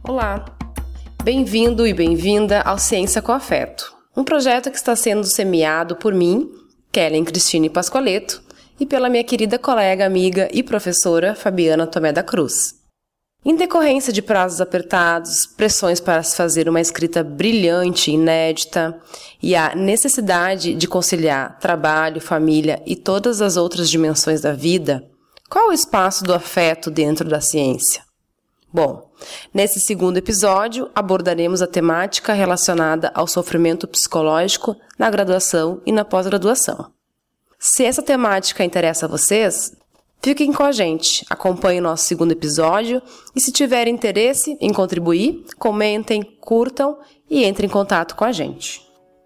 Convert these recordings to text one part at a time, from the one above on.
Olá, bem-vindo e bem-vinda ao Ciência com Afeto, um projeto que está sendo semeado por mim, Kellen Cristine Pascoaleto, e pela minha querida colega, amiga e professora Fabiana Tomé da Cruz. Em decorrência de prazos apertados, pressões para se fazer uma escrita brilhante e inédita e a necessidade de conciliar trabalho, família e todas as outras dimensões da vida, qual o espaço do afeto dentro da ciência? Bom, nesse segundo episódio abordaremos a temática relacionada ao sofrimento psicológico na graduação e na pós-graduação. Se essa temática interessa a vocês, fiquem com a gente, acompanhem o nosso segundo episódio e se tiverem interesse em contribuir, comentem, curtam e entrem em contato com a gente.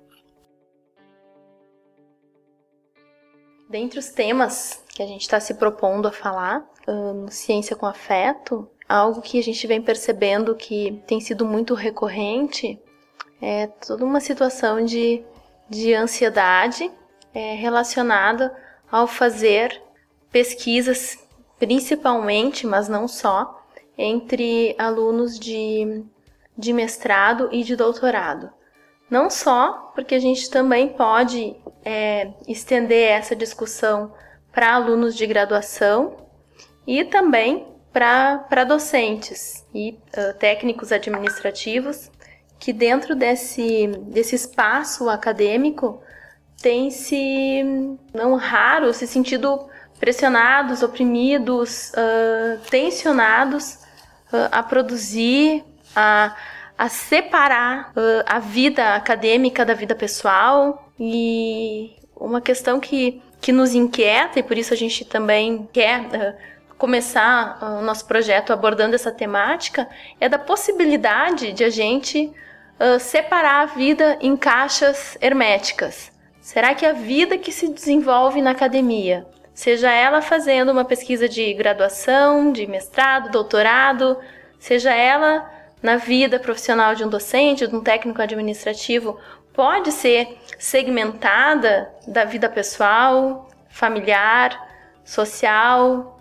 Dentre os temas que a gente está se propondo a falar no Ciência com Afeto, algo que a gente vem percebendo que tem sido muito recorrente é toda uma situação de ansiedade relacionada ao fazer pesquisas, principalmente, mas não só, entre alunos de mestrado e de doutorado. Não só porque a gente também pode estender essa discussão para alunos de graduação e também para docentes e técnicos administrativos que dentro desse espaço acadêmico têm não raro, se sentido pressionados, oprimidos, tensionados a produzir, a separar a vida acadêmica da vida pessoal. E uma questão que nos inquieta, e por isso a gente também quer começar o nosso projeto abordando essa temática, é da possibilidade de a gente separar a vida em caixas herméticas. Será que a vida que se desenvolve na academia, seja ela fazendo uma pesquisa de graduação, de mestrado, doutorado, seja ela na vida profissional de um docente, de um técnico administrativo, pode ser segmentada da vida pessoal, familiar, social,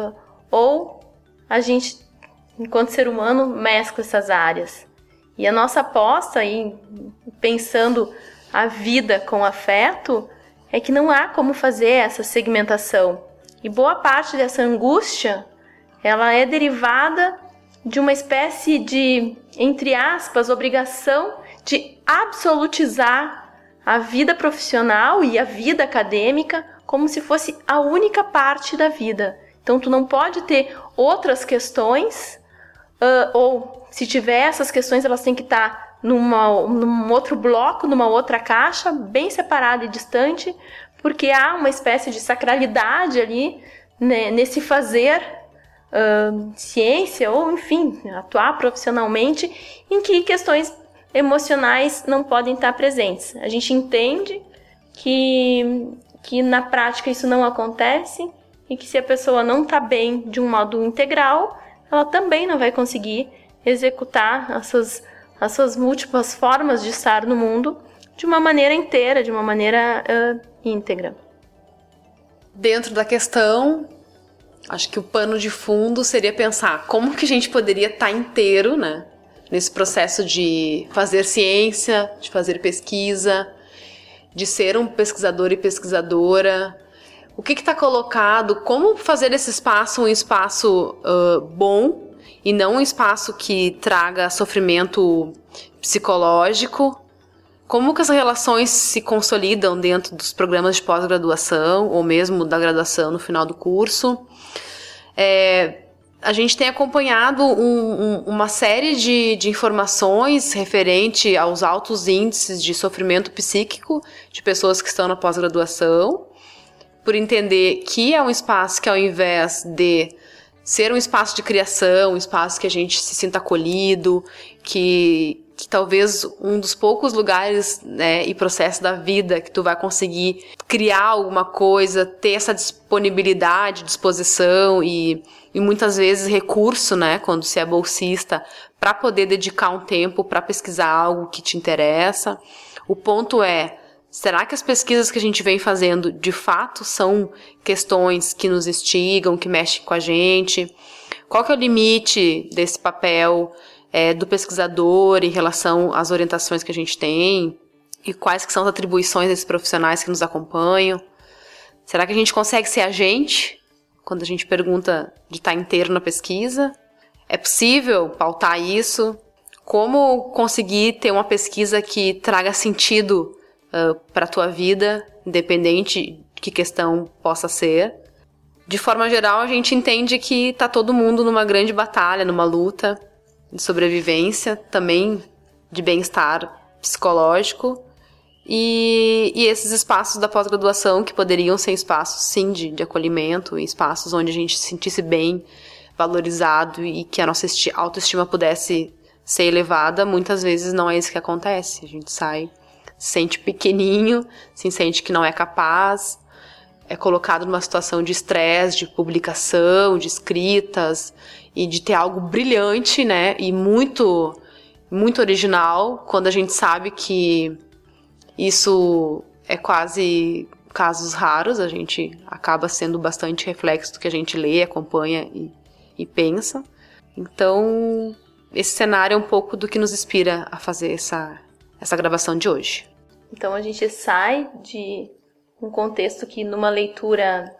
ou a gente, enquanto ser humano, mescla essas áreas. E a nossa aposta, aí, pensando a vida com afeto, é que não há como fazer essa segmentação. E boa parte dessa angústia, ela é derivada de uma espécie de, entre aspas, obrigação de absolutizar a vida profissional e a vida acadêmica como se fosse a única parte da vida. Então, tu não pode ter outras questões, ou se tiver essas questões, elas têm que estar num outro bloco, numa outra caixa, bem separada e distante, porque há uma espécie de sacralidade ali, né, nesse fazer ciência, ou enfim, atuar profissionalmente, em que questões emocionais não podem estar presentes. A gente entende que na prática isso não acontece e que se a pessoa não está bem de um modo integral, ela também não vai conseguir executar as suas múltiplas formas de estar no mundo de uma maneira inteira, de uma maneira íntegra. Dentro da questão, acho que o pano de fundo seria pensar como que a gente poderia estar inteiro, né, nesse processo de fazer ciência, de fazer pesquisa, de ser um pesquisador e pesquisadora. O que está colocado, como fazer esse espaço um espaço bom e não um espaço que traga sofrimento psicológico. Como que essas relações se consolidam dentro dos programas de pós-graduação ou mesmo da graduação no final do curso. A gente tem acompanhado uma série de informações referente aos altos índices de sofrimento psíquico de pessoas que estão na pós-graduação, por entender que é um espaço que, ao invés de ser um espaço de criação, um espaço que a gente se sinta acolhido, que talvez um dos poucos lugares, né, e processos da vida que tu vai conseguir criar alguma coisa, ter essa disponibilidade, disposição e muitas vezes recurso, né, quando se é bolsista, para poder dedicar um tempo para pesquisar algo que te interessa. O ponto é, será que as pesquisas que a gente vem fazendo de fato são questões que nos instigam, que mexem com a gente? Qual que é o limite desse papel do pesquisador em relação às orientações que a gente tem e quais que são as atribuições desses profissionais que nos acompanham? Será que a gente consegue ser a gente quando a gente pergunta de estar inteiro na pesquisa? É possível pautar isso? Como conseguir ter uma pesquisa que traga sentido para a tua vida, independente de que questão possa ser? De forma geral, a gente entende que está todo mundo numa grande batalha, numa luta de sobrevivência, também de bem-estar psicológico, e esses espaços da pós-graduação que poderiam ser espaços, sim, de acolhimento, espaços onde a gente se sentisse bem, valorizado e que a nossa autoestima pudesse ser elevada, muitas vezes não é isso que acontece. A gente sai, se sente pequenininho, se sente que não é capaz, é colocado numa situação de estresse, de publicação, de escritas e de ter algo brilhante, né, e muito, muito original, quando a gente sabe que isso é quase casos raros, a gente acaba sendo bastante reflexo do que a gente lê, acompanha e pensa. Então, esse cenário é um pouco do que nos inspira a fazer essa gravação de hoje. Então, a gente sai de um contexto que numa leitura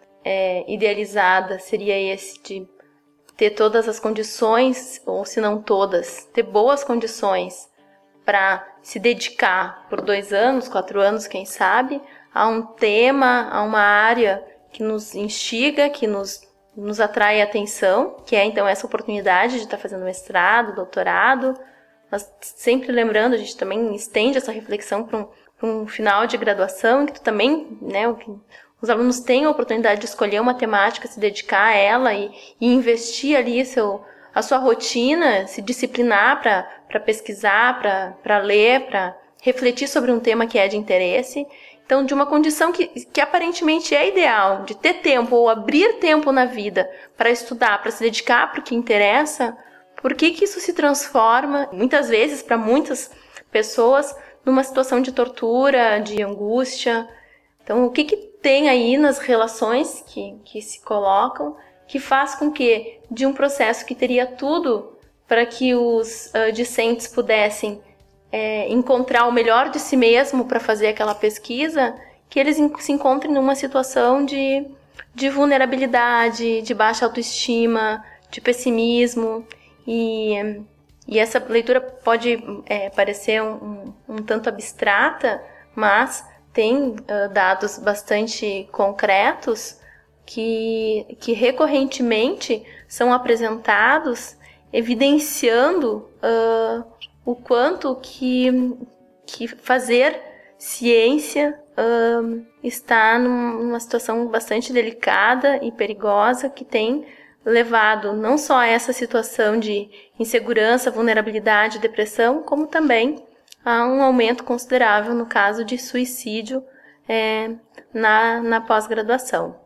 idealizada seria esse de ter todas as condições, ou se não todas, ter boas condições para se dedicar por 2 anos, 4 anos, quem sabe, a um tema, a uma área que nos instiga, que nos atrai a atenção, que é então essa oportunidade de estar fazendo mestrado, doutorado. Mas sempre lembrando, a gente também estende essa reflexão para um final de graduação, em que tu também, né, os alunos têm a oportunidade de escolher uma temática, se dedicar a ela e investir ali a sua rotina, se disciplinar para pesquisar, para ler, para refletir sobre um tema que é de interesse. Então, de uma condição que aparentemente é ideal, de ter tempo ou abrir tempo na vida para estudar, para se dedicar para o que interessa, por que isso se transforma, muitas vezes, para muitas pessoas, numa situação de tortura, de angústia? Então, o que tem aí nas relações que se colocam que faz com que, de um processo que teria tudo para que os discentes pudessem encontrar o melhor de si mesmo para fazer aquela pesquisa, que eles se encontrem numa situação de vulnerabilidade, de baixa autoestima, de pessimismo. E essa leitura pode parecer um tanto abstrata, mas tem dados bastante concretos que recorrentemente são apresentados, evidenciando o quanto que fazer ciência está numa situação bastante delicada e perigosa, que tem levado não só a essa situação de insegurança, vulnerabilidade, depressão, como também a um aumento considerável no caso de suicídio na pós-graduação.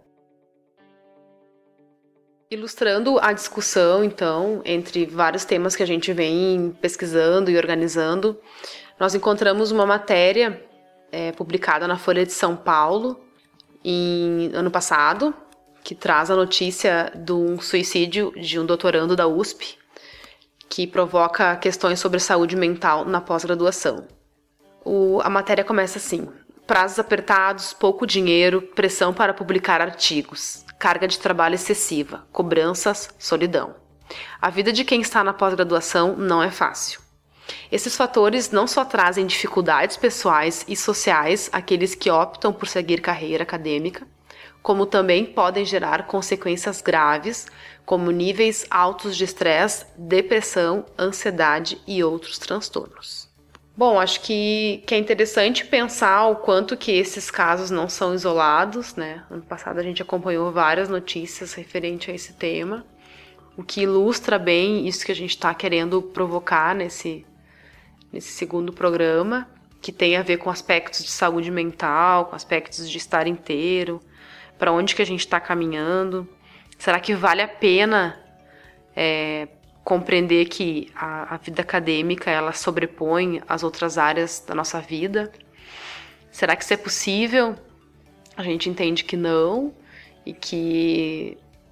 Ilustrando a discussão, então, entre vários temas que a gente vem pesquisando e organizando, nós encontramos uma matéria publicada na Folha de São Paulo ano passado, que traz a notícia de um suicídio de um doutorando da USP, que provoca questões sobre saúde mental na pós-graduação. A matéria começa assim: prazos apertados, pouco dinheiro, pressão para publicar artigos, carga de trabalho excessiva, cobranças, solidão. A vida de quem está na pós-graduação não é fácil. Esses fatores não só trazem dificuldades pessoais e sociais àqueles que optam por seguir carreira acadêmica, como também podem gerar consequências graves, como níveis altos de estresse, depressão, ansiedade e outros transtornos. Bom, acho que é interessante pensar o quanto que esses casos não são isolados, né? Ano passado a gente acompanhou várias notícias referentes a esse tema, o que ilustra bem isso que a gente está querendo provocar nesse segundo programa, que tem a ver com aspectos de saúde mental, com aspectos de estar inteiro, para onde que a gente está caminhando. Será que vale a pena compreender que a vida acadêmica ela sobrepõe as outras áreas da nossa vida? Será que isso é possível? A gente entende que não, e que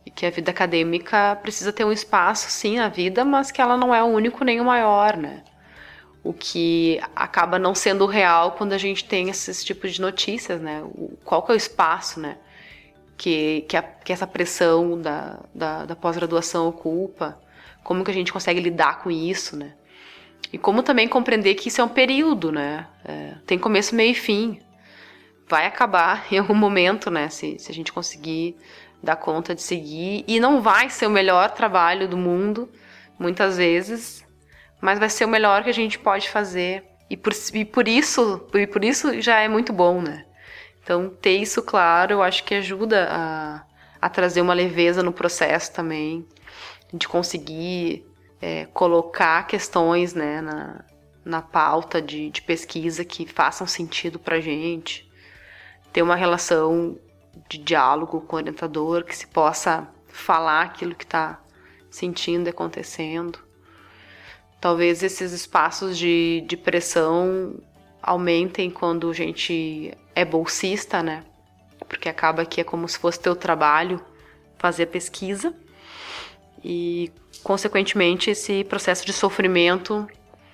E que a vida acadêmica precisa ter um espaço, sim, na vida, mas que ela não é o único nem o maior, né? O que acaba não sendo real quando a gente tem esses tipos de notícias, né? Qual que é o espaço, né? Que essa pressão da pós-graduação ocupa, como que a gente consegue lidar com isso, né? E como também compreender que isso é um período, né? Tem começo, meio e fim. Vai acabar em algum momento, né? Se a gente conseguir dar conta de seguir. E não vai ser o melhor trabalho do mundo, muitas vezes, mas vai ser o melhor que a gente pode fazer. E por isso já é muito bom, né? Então, ter isso claro, eu acho que ajuda a trazer uma leveza no processo também, de conseguir colocar questões, né, na pauta de pesquisa que façam sentido pra gente, ter uma relação de diálogo com o orientador, que se possa falar aquilo que está sentindo e acontecendo. Talvez esses espaços de pressão aumentem quando a gente é bolsista, né? Porque acaba que é como se fosse teu trabalho fazer pesquisa e, consequentemente, esse processo de sofrimento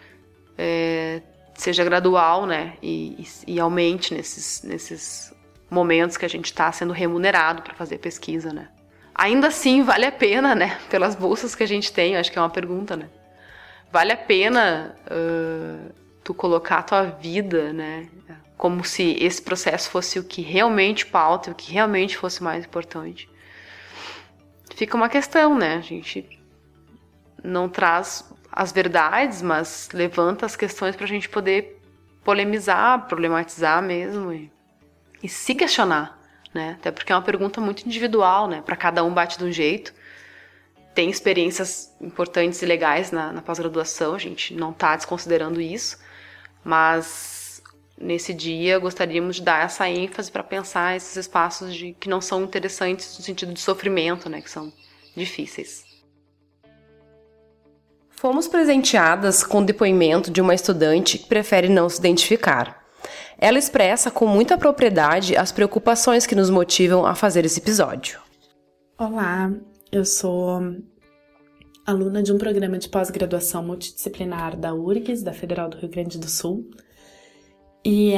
seja gradual, né? E aumente nesses momentos que a gente está sendo remunerado para fazer pesquisa, né? Ainda assim, vale a pena, né? Pelas bolsas que a gente tem, acho que é uma pergunta, né? Vale a pena tu colocar a tua vida, né? Como se esse processo fosse o que realmente pauta, o que realmente fosse mais importante. Fica uma questão, né? A gente não traz as verdades, mas levanta as questões para a gente poder polemizar, problematizar mesmo e se questionar, né? Até porque é uma pergunta muito individual, né? Para cada um bate de um jeito. Tem experiências importantes e legais na pós-graduação, a gente não está desconsiderando isso, mas nesse dia gostaríamos de dar essa ênfase para pensar esses espaços que não são interessantes no sentido de sofrimento, né? Que são difíceis. Fomos presenteadas com o depoimento de uma estudante que prefere não se identificar. Ela expressa com muita propriedade as preocupações que nos motivam a fazer esse episódio. Olá, eu sou aluna de um programa de pós-graduação multidisciplinar da URGS, da Federal do Rio Grande do Sul. E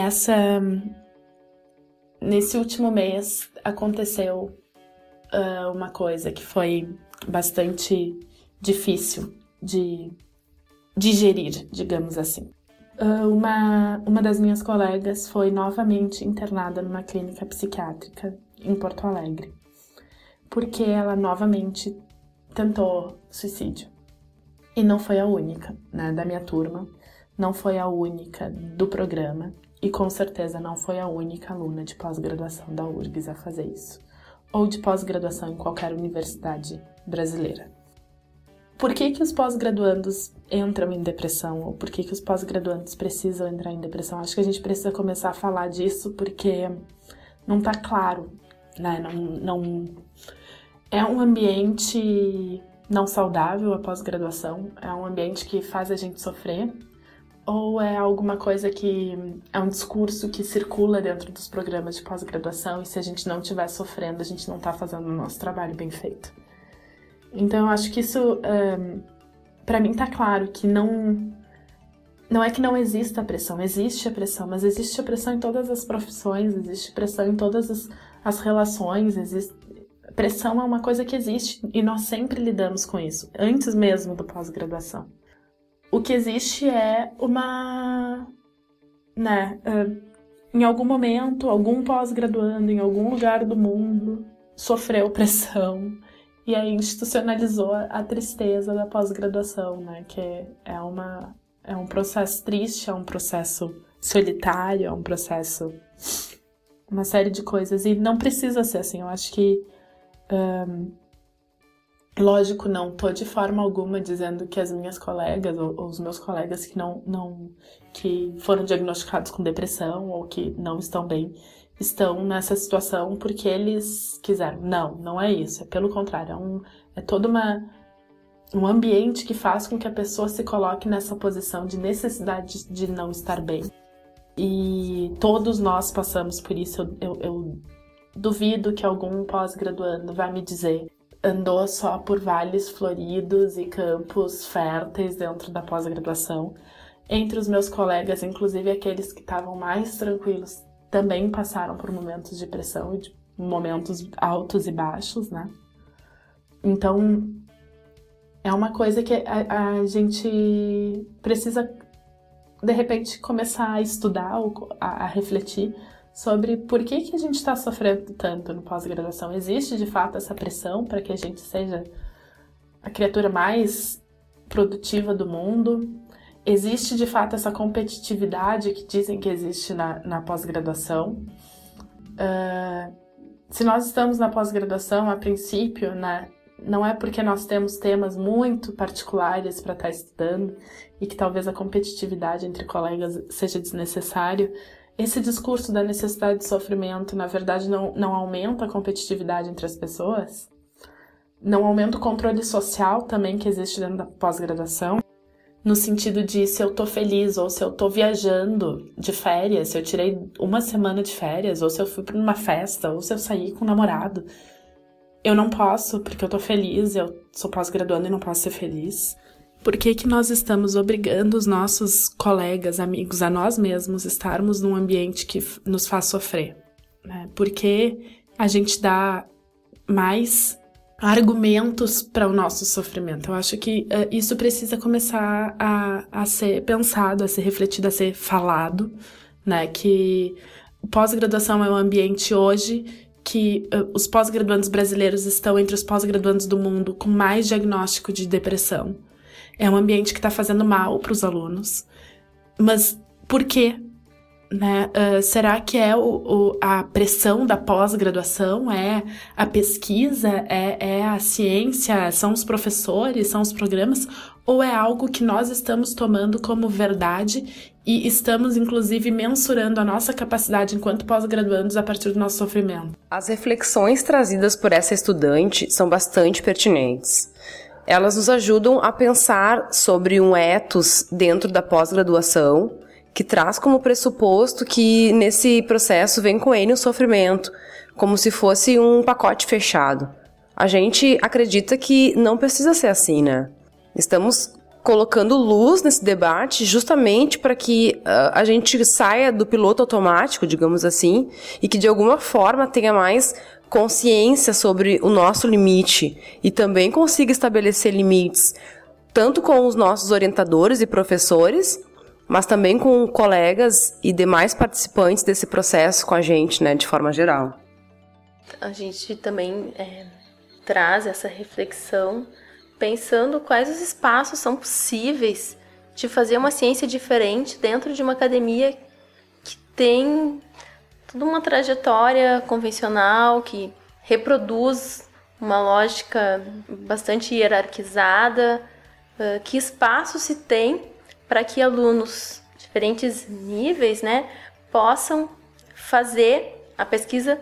nesse último mês aconteceu uma coisa que foi bastante difícil de digerir, digamos assim. Uma das minhas colegas foi novamente internada numa clínica psiquiátrica em Porto Alegre, porque ela novamente tentou suicídio. E não foi a única, né, da minha turma, não foi a única do programa e com certeza não foi a única aluna de pós-graduação da URGS a fazer isso, ou de pós-graduação em qualquer universidade brasileira. Por que os pós-graduandos entram em depressão? Ou por que os pós-graduandos precisam entrar em depressão? Acho que a gente precisa começar a falar disso porque não tá claro, né? Não é um ambiente não saudável a pós-graduação, é um ambiente que faz a gente sofrer, ou é alguma coisa que é um discurso que circula dentro dos programas de pós-graduação e se a gente não estiver sofrendo, a gente não tá fazendo o nosso trabalho bem feito. Então, eu acho que isso, para mim, tá claro que não é que não exista pressão, existe a pressão, mas existe a pressão em todas as profissões, existe pressão em todas as relações, pressão é uma coisa que existe e nós sempre lidamos com isso, antes mesmo da pós-graduação. O que existe é em algum momento, algum pós-graduando em algum lugar do mundo sofreu pressão, e aí institucionalizou a tristeza da pós-graduação, né? Que é um processo triste, é um processo solitário, é um processo... uma série de coisas. E não precisa ser assim. Eu acho que... lógico, não tô de forma alguma dizendo que as minhas colegas ou os meus colegas que foram diagnosticados com depressão ou que não estão bem... estão nessa situação porque eles quiseram. Não é isso. É pelo contrário. É todo um ambiente que faz com que a pessoa se coloque nessa posição de necessidade de não estar bem. E todos nós passamos por isso. Eu duvido que algum pós-graduando vai me dizer andou só por vales floridos e campos férteis dentro da pós-graduação. Entre os meus colegas, inclusive aqueles que estavam mais tranquilos, também passaram por momentos de pressão e de momentos altos e baixos, né? Então, é uma coisa que a gente precisa, de repente, começar a estudar, a refletir sobre por que a gente está sofrendo tanto no pós-graduação. Existe, de fato, essa pressão para que a gente seja a criatura mais produtiva do mundo? Existe, de fato, essa competitividade que dizem que existe na pós-graduação? Se nós estamos na pós-graduação, a princípio, né, não é porque nós temos temas muito particulares para estar estudando e que talvez a competitividade entre colegas seja desnecessário. Esse discurso da necessidade de sofrimento, na verdade, não aumenta a competitividade entre as pessoas? Não aumenta o controle social também que existe dentro da pós-graduação? No sentido de se eu tô feliz ou se eu tô viajando de férias, se eu tirei uma semana de férias, ou se eu fui para uma festa, ou se eu saí com um namorado. Eu não posso, porque eu tô feliz, eu sou pós-graduando e não posso ser feliz. Por que nós estamos obrigando os nossos colegas, amigos, a nós mesmos estarmos num ambiente que nos faz sofrer? Né? Por que a gente dá mais argumentos para o nosso sofrimento? Eu acho que isso precisa começar a ser pensado, a ser refletido, a ser falado, né? Que pós-graduação é um ambiente hoje que os pós-graduandos brasileiros estão entre os pós-graduandos do mundo com mais diagnóstico de depressão. É um ambiente que está fazendo mal para os alunos. Mas por quê? Né? Será que é a pressão da pós-graduação? É a pesquisa? É a ciência? São os professores? São os programas? Ou é algo que nós estamos tomando como verdade e estamos, inclusive, mensurando a nossa capacidade enquanto pós-graduandos a partir do nosso sofrimento? As reflexões trazidas por essa estudante são bastante pertinentes. Elas nos ajudam a pensar sobre um ethos dentro da pós-graduação, que traz como pressuposto que nesse processo vem com ele o sofrimento, como se fosse um pacote fechado. A gente acredita que não precisa ser assim, né? Estamos colocando luz nesse debate justamente para que a gente saia do piloto automático, digamos assim, e que de alguma forma tenha mais consciência sobre o nosso limite e também consiga estabelecer limites, tanto com os nossos orientadores e professores, mas também com colegas e demais participantes desse processo com a gente, né, de forma geral. A gente também traz essa reflexão pensando quais os espaços são possíveis de fazer uma ciência diferente dentro de uma academia que tem toda uma trajetória convencional, que reproduz uma lógica bastante hierarquizada. Que espaço se tem para que alunos de diferentes níveis, né, possam fazer a pesquisa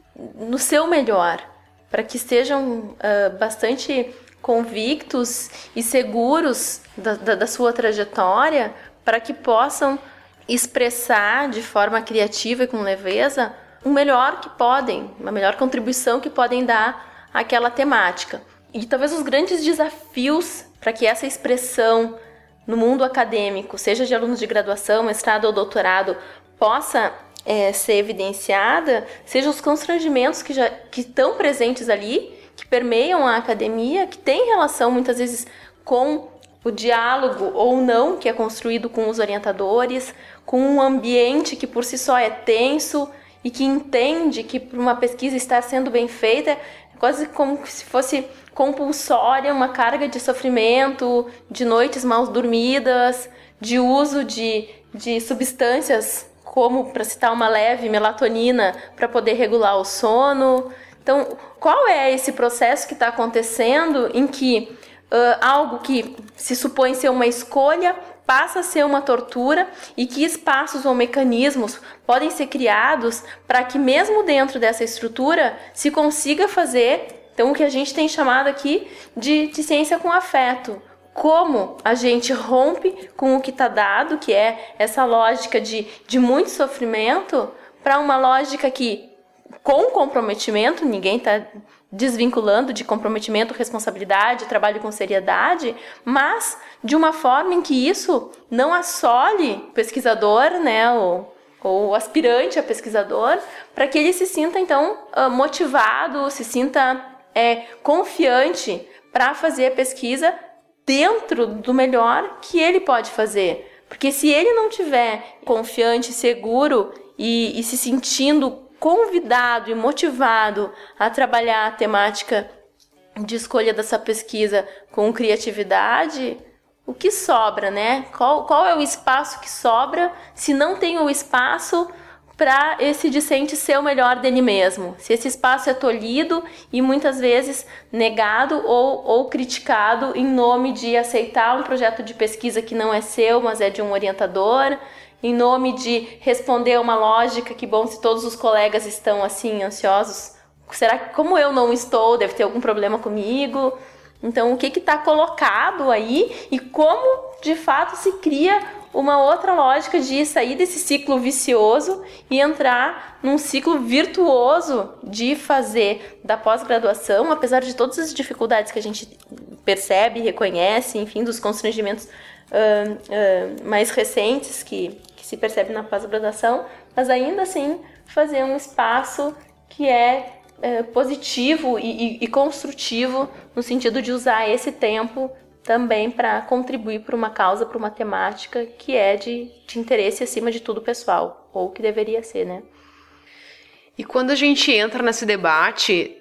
no seu melhor, para que estejam bastante convictos e seguros da sua trajetória, para que possam expressar de forma criativa e com leveza o melhor que podem, a melhor contribuição que podem dar àquela temática. E talvez os grandes desafios para que essa expressão no mundo acadêmico, seja de alunos de graduação, mestrado ou doutorado, possa ser evidenciada, sejam os constrangimentos que estão presentes ali, que permeiam a academia, que tem relação muitas vezes com o diálogo ou não que é construído com os orientadores, com um ambiente que por si só é tenso e que entende que para uma pesquisa estar sendo bem feita é quase como se fosse compulsória, uma carga de sofrimento, de noites mal dormidas, de uso de substâncias como, para citar uma leve, melatonina, para poder regular o sono. Então, qual é esse processo que está acontecendo em que algo que se supõe ser uma escolha passa a ser uma tortura, e que espaços ou mecanismos podem ser criados para que mesmo dentro dessa estrutura se consiga fazer, então, o que a gente tem chamado aqui de ciência com afeto. Como a gente rompe com o que está dado, que é essa lógica de muito sofrimento, para uma lógica que, com comprometimento, ninguém está desvinculando de comprometimento, responsabilidade, trabalho com seriedade, mas de uma forma em que isso não assole o pesquisador, né, ou aspirante a pesquisador, para que ele se sinta, então, motivado, se sinta confiante para fazer a pesquisa dentro do melhor que ele pode fazer. Porque se ele não tiver confiante, seguro e se sentindo convidado e motivado a trabalhar a temática de escolha dessa pesquisa com criatividade, o que sobra, né? Qual é o espaço que sobra se não tem o espaço para esse discente ser o melhor dele mesmo? Se esse espaço é tolhido e muitas vezes negado ou criticado em nome de aceitar um projeto de pesquisa que não é seu, mas é de um orientador, em nome de responder a uma lógica que, bom, se todos os colegas estão assim ansiosos, será que como eu não estou, deve ter algum problema comigo? Então, o que está colocado aí e como, de fato, se cria uma outra lógica de sair desse ciclo vicioso e entrar num ciclo virtuoso de fazer da pós-graduação, apesar de todas as dificuldades que a gente percebe, reconhece, enfim, dos constrangimentos mais recentes que se percebe na pós-graduação, mas ainda assim fazer um espaço que é positivo e construtivo no sentido de usar esse tempo também para contribuir para uma causa, para uma temática que é de interesse acima de tudo pessoal, ou que deveria ser, né? E quando a gente entra nesse debate,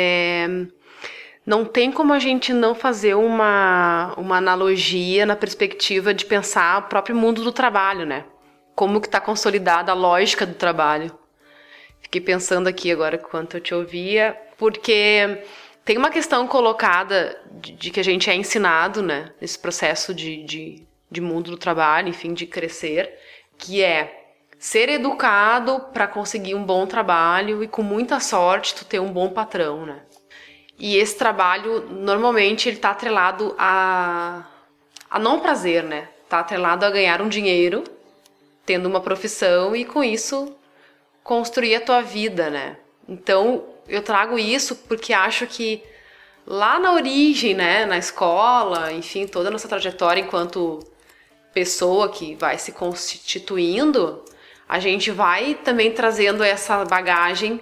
não tem como a gente não fazer uma analogia na perspectiva de pensar o próprio mundo do trabalho, né? Como que está consolidada a lógica do trabalho. Fiquei pensando aqui agora enquanto eu te ouvia, porque tem uma questão colocada de que a gente é ensinado, né, nesse processo de mundo do trabalho, enfim, de crescer, que é ser educado para conseguir um bom trabalho e com muita sorte tu ter um bom patrão, né? E esse trabalho, normalmente, ele está atrelado a não prazer, né? Está atrelado a ganhar um dinheiro, tendo uma profissão e com isso construir a tua vida, né? Então, eu trago isso porque acho que lá na origem, né, na escola, enfim, toda a nossa trajetória enquanto pessoa que vai se constituindo, a gente vai também trazendo essa bagagem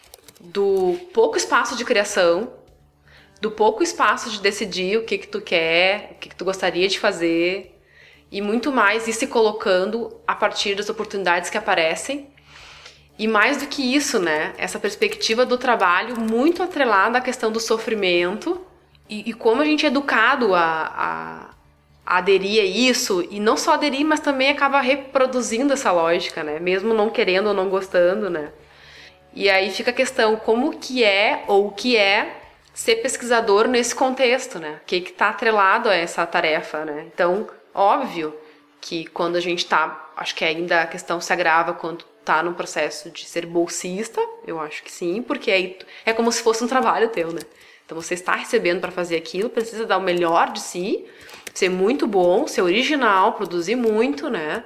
do pouco espaço de criação, do pouco espaço de decidir o que tu quer, o que tu gostaria de fazer, e muito mais ir se colocando a partir das oportunidades que aparecem. E mais do que isso, né, essa perspectiva do trabalho muito atrelada à questão do sofrimento e como a gente é educado a aderir a isso, e não só aderir, mas também acaba reproduzindo essa lógica, né, mesmo não querendo ou não gostando, né. E aí fica a questão, como que é ou o que é ser pesquisador nesse contexto, né, o que está atrelado a essa tarefa, né. Então, óbvio que quando a gente está, acho que ainda a questão se agrava quando tá no processo de ser bolsista, eu acho que sim, porque aí é como se fosse um trabalho teu, né? Então você está recebendo para fazer aquilo, precisa dar o melhor de si, ser muito bom, ser original, produzir muito, né?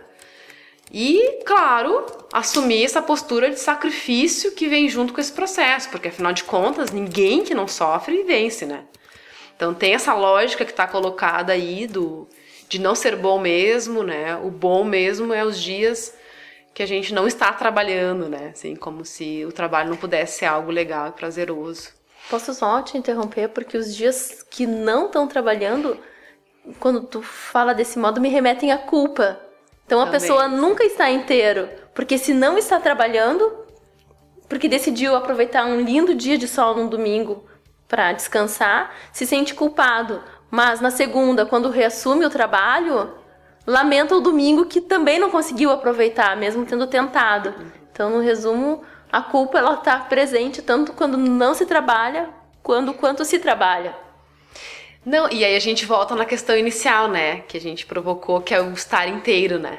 E, claro, assumir essa postura de sacrifício que vem junto com esse processo, porque afinal de contas, ninguém que não sofre vence, né? Então tem essa lógica que está colocada aí de não ser bom mesmo, né? O bom mesmo é os dias que a gente não está trabalhando, né? Assim, como se o trabalho não pudesse ser algo legal e prazeroso. Posso só te interromper, porque os dias que não estão trabalhando, quando tu fala desse modo, me remetem à culpa. Então a pessoa nunca está inteiro, porque se não está trabalhando, porque decidiu aproveitar um lindo dia de sol num domingo para descansar, se sente culpado. Mas na segunda, quando reassume o trabalho, lamenta o domingo que também não conseguiu aproveitar, mesmo tendo tentado. Então, no resumo, a culpa ela está presente tanto quando não se trabalha, quanto se trabalha. Não, e aí a gente volta na questão inicial, né, que a gente provocou, que é o estar inteiro, né?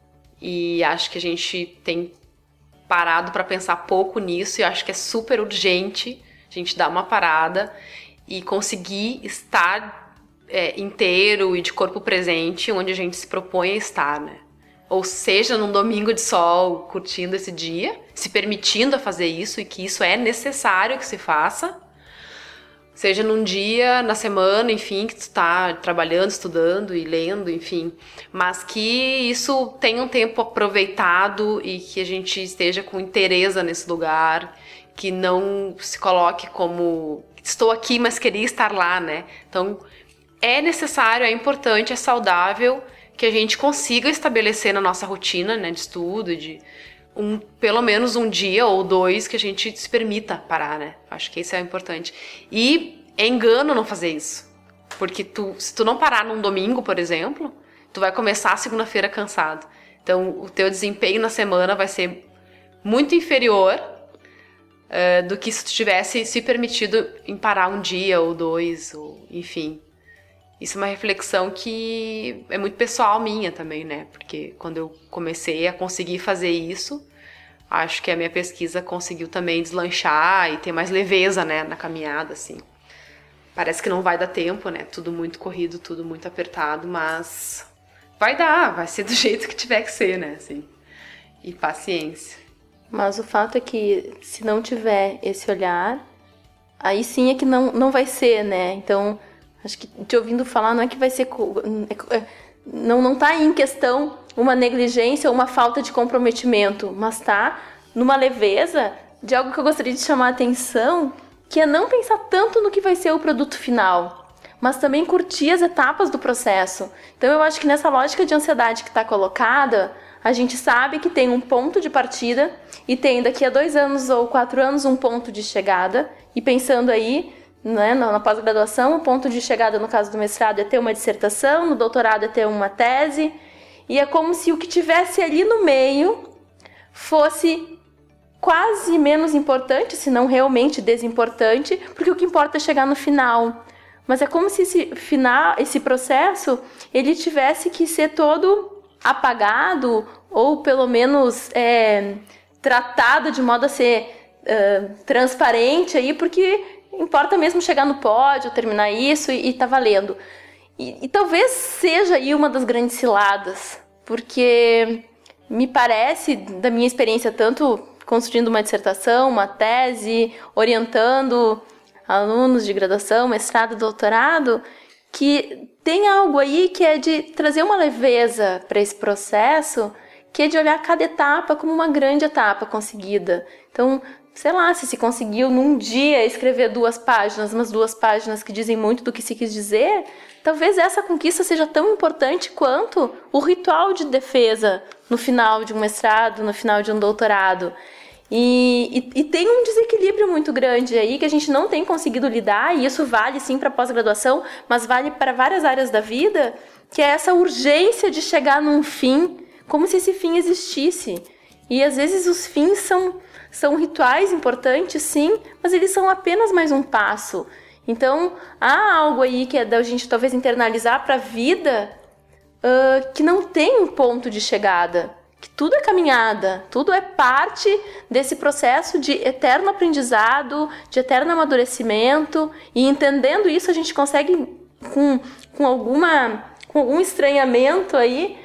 E acho que a gente tem parado para pensar pouco nisso e acho que é super urgente a gente dar uma parada e conseguir estar inteiro e de corpo presente onde a gente se propõe a estar, né? Ou seja, num domingo de sol, curtindo esse dia, se permitindo a fazer isso e que isso é necessário que se faça, Seja num dia, na semana, enfim, que tu tá trabalhando, estudando e lendo, enfim. Mas que isso tenha um tempo aproveitado e que a gente esteja com interesse nesse lugar, que não se coloque como estou aqui, mas queria estar lá, né? Então, é necessário, é importante, é saudável que a gente consiga estabelecer na nossa rotina, né, de estudo, de pelo menos um dia ou 2 que a gente se permita parar, né? Acho que isso é importante. E é engano não fazer isso. Porque se tu não parar num domingo, por exemplo, tu vai começar a segunda-feira cansado. Então, o teu desempenho na semana vai ser muito inferior do que se tu tivesse se permitido em parar um dia ou 2, ou enfim. Isso é uma reflexão que é muito pessoal minha também, né? Porque quando eu comecei a conseguir fazer isso, acho que a minha pesquisa conseguiu também deslanchar e ter mais leveza, né, na caminhada, assim. Parece que não vai dar tempo, né? Tudo muito corrido, tudo muito apertado, mas vai dar, vai ser do jeito que tiver que ser, né? Assim. E paciência. Mas o fato é que se não tiver esse olhar, aí sim é que não vai ser, né? Então, acho que te ouvindo falar não é que vai ser... Não tá aí em questão uma negligência ou uma falta de comprometimento, mas tá numa leveza de algo que eu gostaria de chamar a atenção, que é não pensar tanto no que vai ser o produto final, mas também curtir as etapas do processo. Então eu acho que nessa lógica de ansiedade que está colocada, a gente sabe que tem um ponto de partida e tem daqui a 2 anos ou 4 anos um ponto de chegada, e pensando aí, né, na pós-graduação, o ponto de chegada no caso do mestrado é ter uma dissertação, no doutorado é ter uma tese, e é como se o que tivesse ali no meio fosse quase menos importante, se não realmente desimportante, porque o que importa é chegar no final. Mas é como se esse processo, ele tivesse que ser todo apagado, ou pelo menos tratado de modo a ser transparente, aí, porque importa mesmo chegar no pódio, terminar isso e tá valendo. E talvez seja aí uma das grandes ciladas, porque me parece, da minha experiência, tanto construindo uma dissertação, uma tese, orientando alunos de graduação, mestrado, doutorado, que tem algo aí que é de trazer uma leveza para esse processo, que é de olhar cada etapa como uma grande etapa conseguida. Então, sei lá, se conseguiu num dia escrever 2 páginas, umas 2 páginas que dizem muito do que se quis dizer, talvez essa conquista seja tão importante quanto o ritual de defesa no final de um mestrado, no final de um doutorado. E tem um desequilíbrio muito grande aí que a gente não tem conseguido lidar, e isso vale sim para pós-graduação, mas vale para várias áreas da vida, que é essa urgência de chegar num fim, como se esse fim existisse. E às vezes os fins são rituais importantes, sim, mas eles são apenas mais um passo. Então, há algo aí que é da gente talvez internalizar para a vida que não tem um ponto de chegada, que tudo é caminhada, tudo é parte desse processo de eterno aprendizado, de eterno amadurecimento, e entendendo isso a gente consegue, com algum estranhamento aí,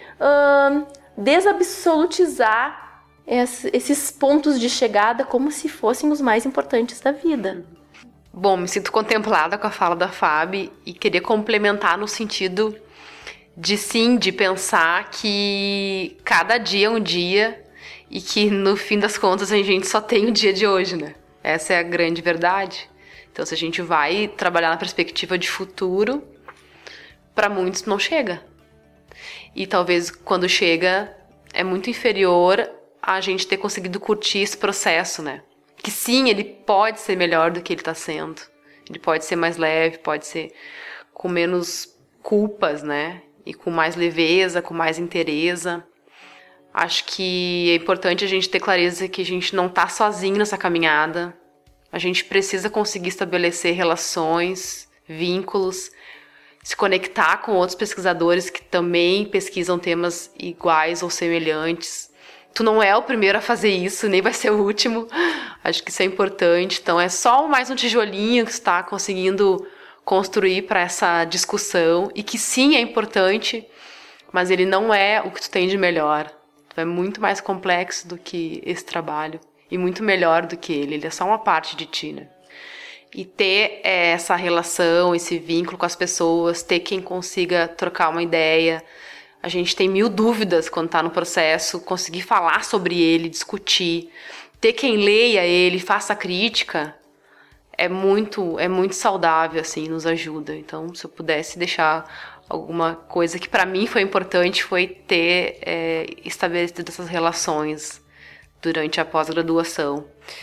desabsolutizar esses pontos de chegada como se fossem os mais importantes da vida. Bom, me sinto contemplada com a fala da Fábio e queria complementar no sentido de pensar que cada dia é um dia e que no fim das contas a gente só tem o dia de hoje, né? Essa é a grande verdade. Então, se a gente vai trabalhar na perspectiva de futuro, para muitos não chega. E talvez quando chega é muito inferior a gente ter conseguido curtir esse processo, né? Que sim, ele pode ser melhor do que ele está sendo. Ele pode ser mais leve, pode ser com menos culpas, né? E com mais leveza, com mais inteireza. Acho que é importante a gente ter clareza que a gente não está sozinho nessa caminhada. A gente precisa conseguir estabelecer relações, vínculos, se conectar com outros pesquisadores que também pesquisam temas iguais ou semelhantes. Tu não é o primeiro a fazer isso, nem vai ser o último. Acho que isso é importante. Então é só mais um tijolinho que tu está conseguindo construir para essa discussão, e que sim é importante, mas ele não é o que tu tem de melhor. Tu é muito mais complexo do que esse trabalho e muito melhor do que ele. Ele é só uma parte de ti, né? e ter essa relação, esse vínculo com as pessoas, ter quem consiga trocar uma ideia. A gente tem 1000 dúvidas quando está no processo, conseguir falar sobre ele, discutir, ter quem leia ele, faça crítica, é muito saudável, assim, nos ajuda. Então, se eu pudesse deixar alguma coisa que para mim foi importante, foi ter estabelecido essas relações durante a pós-graduação.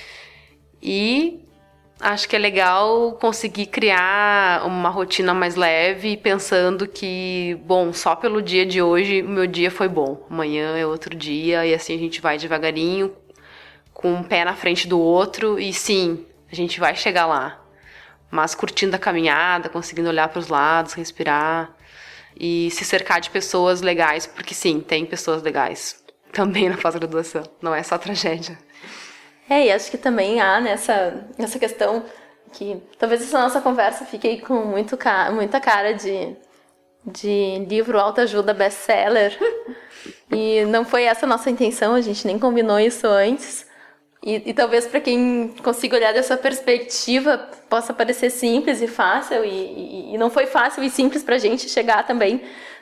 E acho que é legal conseguir criar uma rotina mais leve, pensando que, bom, só pelo dia de hoje o meu dia foi bom. Amanhã é outro dia, e assim a gente vai devagarinho, com um pé na frente do outro, e sim, a gente vai chegar lá. Mas curtindo a caminhada, conseguindo olhar para os lados, respirar e se cercar de pessoas legais, porque sim, tem pessoas legais também na pós-graduação, não é só tragédia. E acho que também há nessa questão que talvez essa nossa conversa fique aí com muita cara de livro autoajuda best-seller. E não foi essa a nossa intenção, a gente nem combinou isso antes. E talvez para quem consiga olhar dessa perspectiva possa parecer simples e fácil, e não foi fácil e simples para a gente chegar também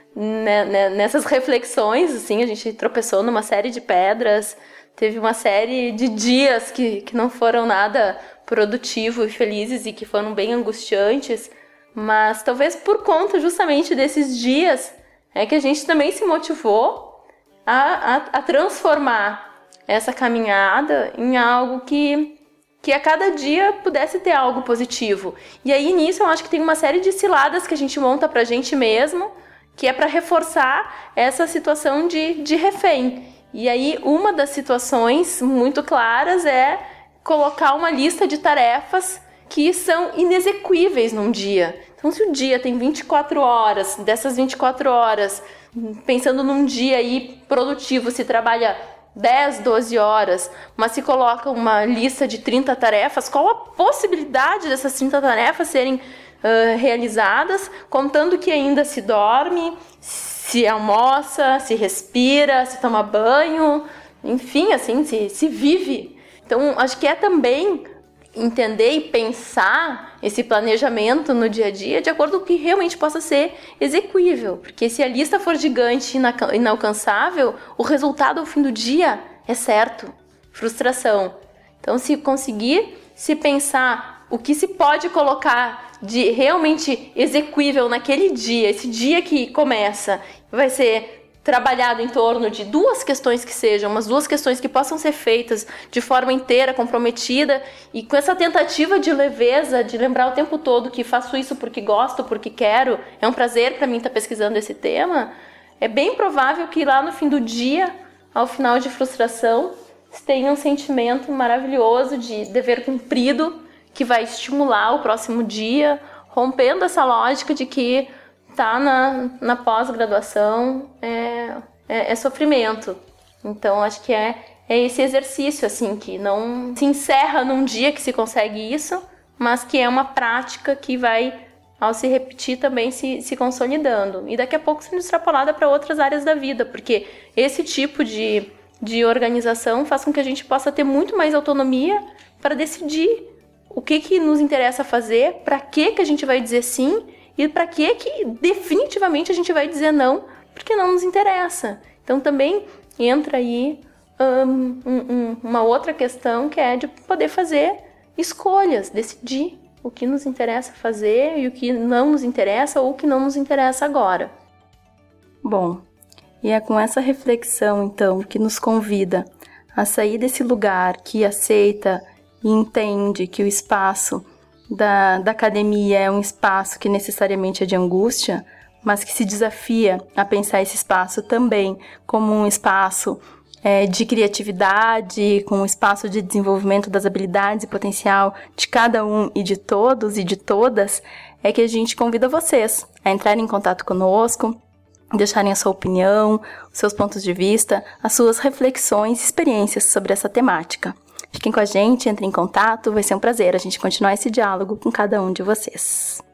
nessas reflexões. Assim, a gente tropeçou numa série de pedras, teve uma série de dias que não foram nada produtivos e felizes e que foram bem angustiantes, mas talvez por conta justamente desses dias é que a gente também se motivou a transformar essa caminhada em algo que a cada dia pudesse ter algo positivo. E aí nisso eu acho que tem uma série de ciladas que a gente monta pra gente mesmo, que é para reforçar essa situação de refém. E aí uma das situações muito claras é colocar uma lista de tarefas que são inexequíveis num dia. Então, se o dia tem 24 horas, dessas 24 horas, pensando num dia aí produtivo, se trabalha 10, 12 horas, mas se coloca uma lista de 30 tarefas, qual a possibilidade dessas 30 tarefas serem realizadas, contando que ainda se dorme, se almoça, se respira, se toma banho, enfim, assim, se vive. Então, acho que é também entender e pensar esse planejamento no dia a dia de acordo com o que realmente possa ser execuível. Porque se a lista for gigante e inalcançável, o resultado ao fim do dia é certo. Frustração. Então, se conseguir se pensar o que se pode colocar de realmente execuível naquele dia, esse dia que começa, vai ser trabalhado em torno de 2 questões que sejam, umas 2 questões que possam ser feitas de forma inteira, comprometida, e com essa tentativa de leveza, de lembrar o tempo todo que faço isso porque gosto, porque quero, é um prazer para mim estar pesquisando esse tema, é bem provável que lá no fim do dia, ao final de frustração, você tenha um sentimento maravilhoso de dever cumprido, que vai estimular o próximo dia, rompendo essa lógica de que tá na pós-graduação é sofrimento. Então, acho que é esse exercício, assim, que não se encerra num dia que se consegue isso, mas que é uma prática que vai, ao se repetir, também se consolidando. E daqui a pouco sendo extrapolada para outras áreas da vida, porque esse tipo de organização faz com que a gente possa ter muito mais autonomia para decidir o que nos interessa fazer, para que a gente vai dizer sim, e para que definitivamente a gente vai dizer não, porque não nos interessa. Então também entra aí uma outra questão, que é de poder fazer escolhas, decidir o que nos interessa fazer e o que não nos interessa ou o que não nos interessa agora. Bom, e é com essa reflexão então que nos convida a sair desse lugar que aceita e entende que o espaço da academia é um espaço que necessariamente é de angústia, mas que se desafia a pensar esse espaço também como um espaço de criatividade, com um espaço de desenvolvimento das habilidades e potencial de cada um e de todos e de todas, é que a gente convida vocês a entrarem em contato conosco, deixarem a sua opinião, os seus pontos de vista, as suas reflexões e experiências sobre essa temática. Fiquem com a gente, entrem em contato, vai ser um prazer a gente continuar esse diálogo com cada um de vocês.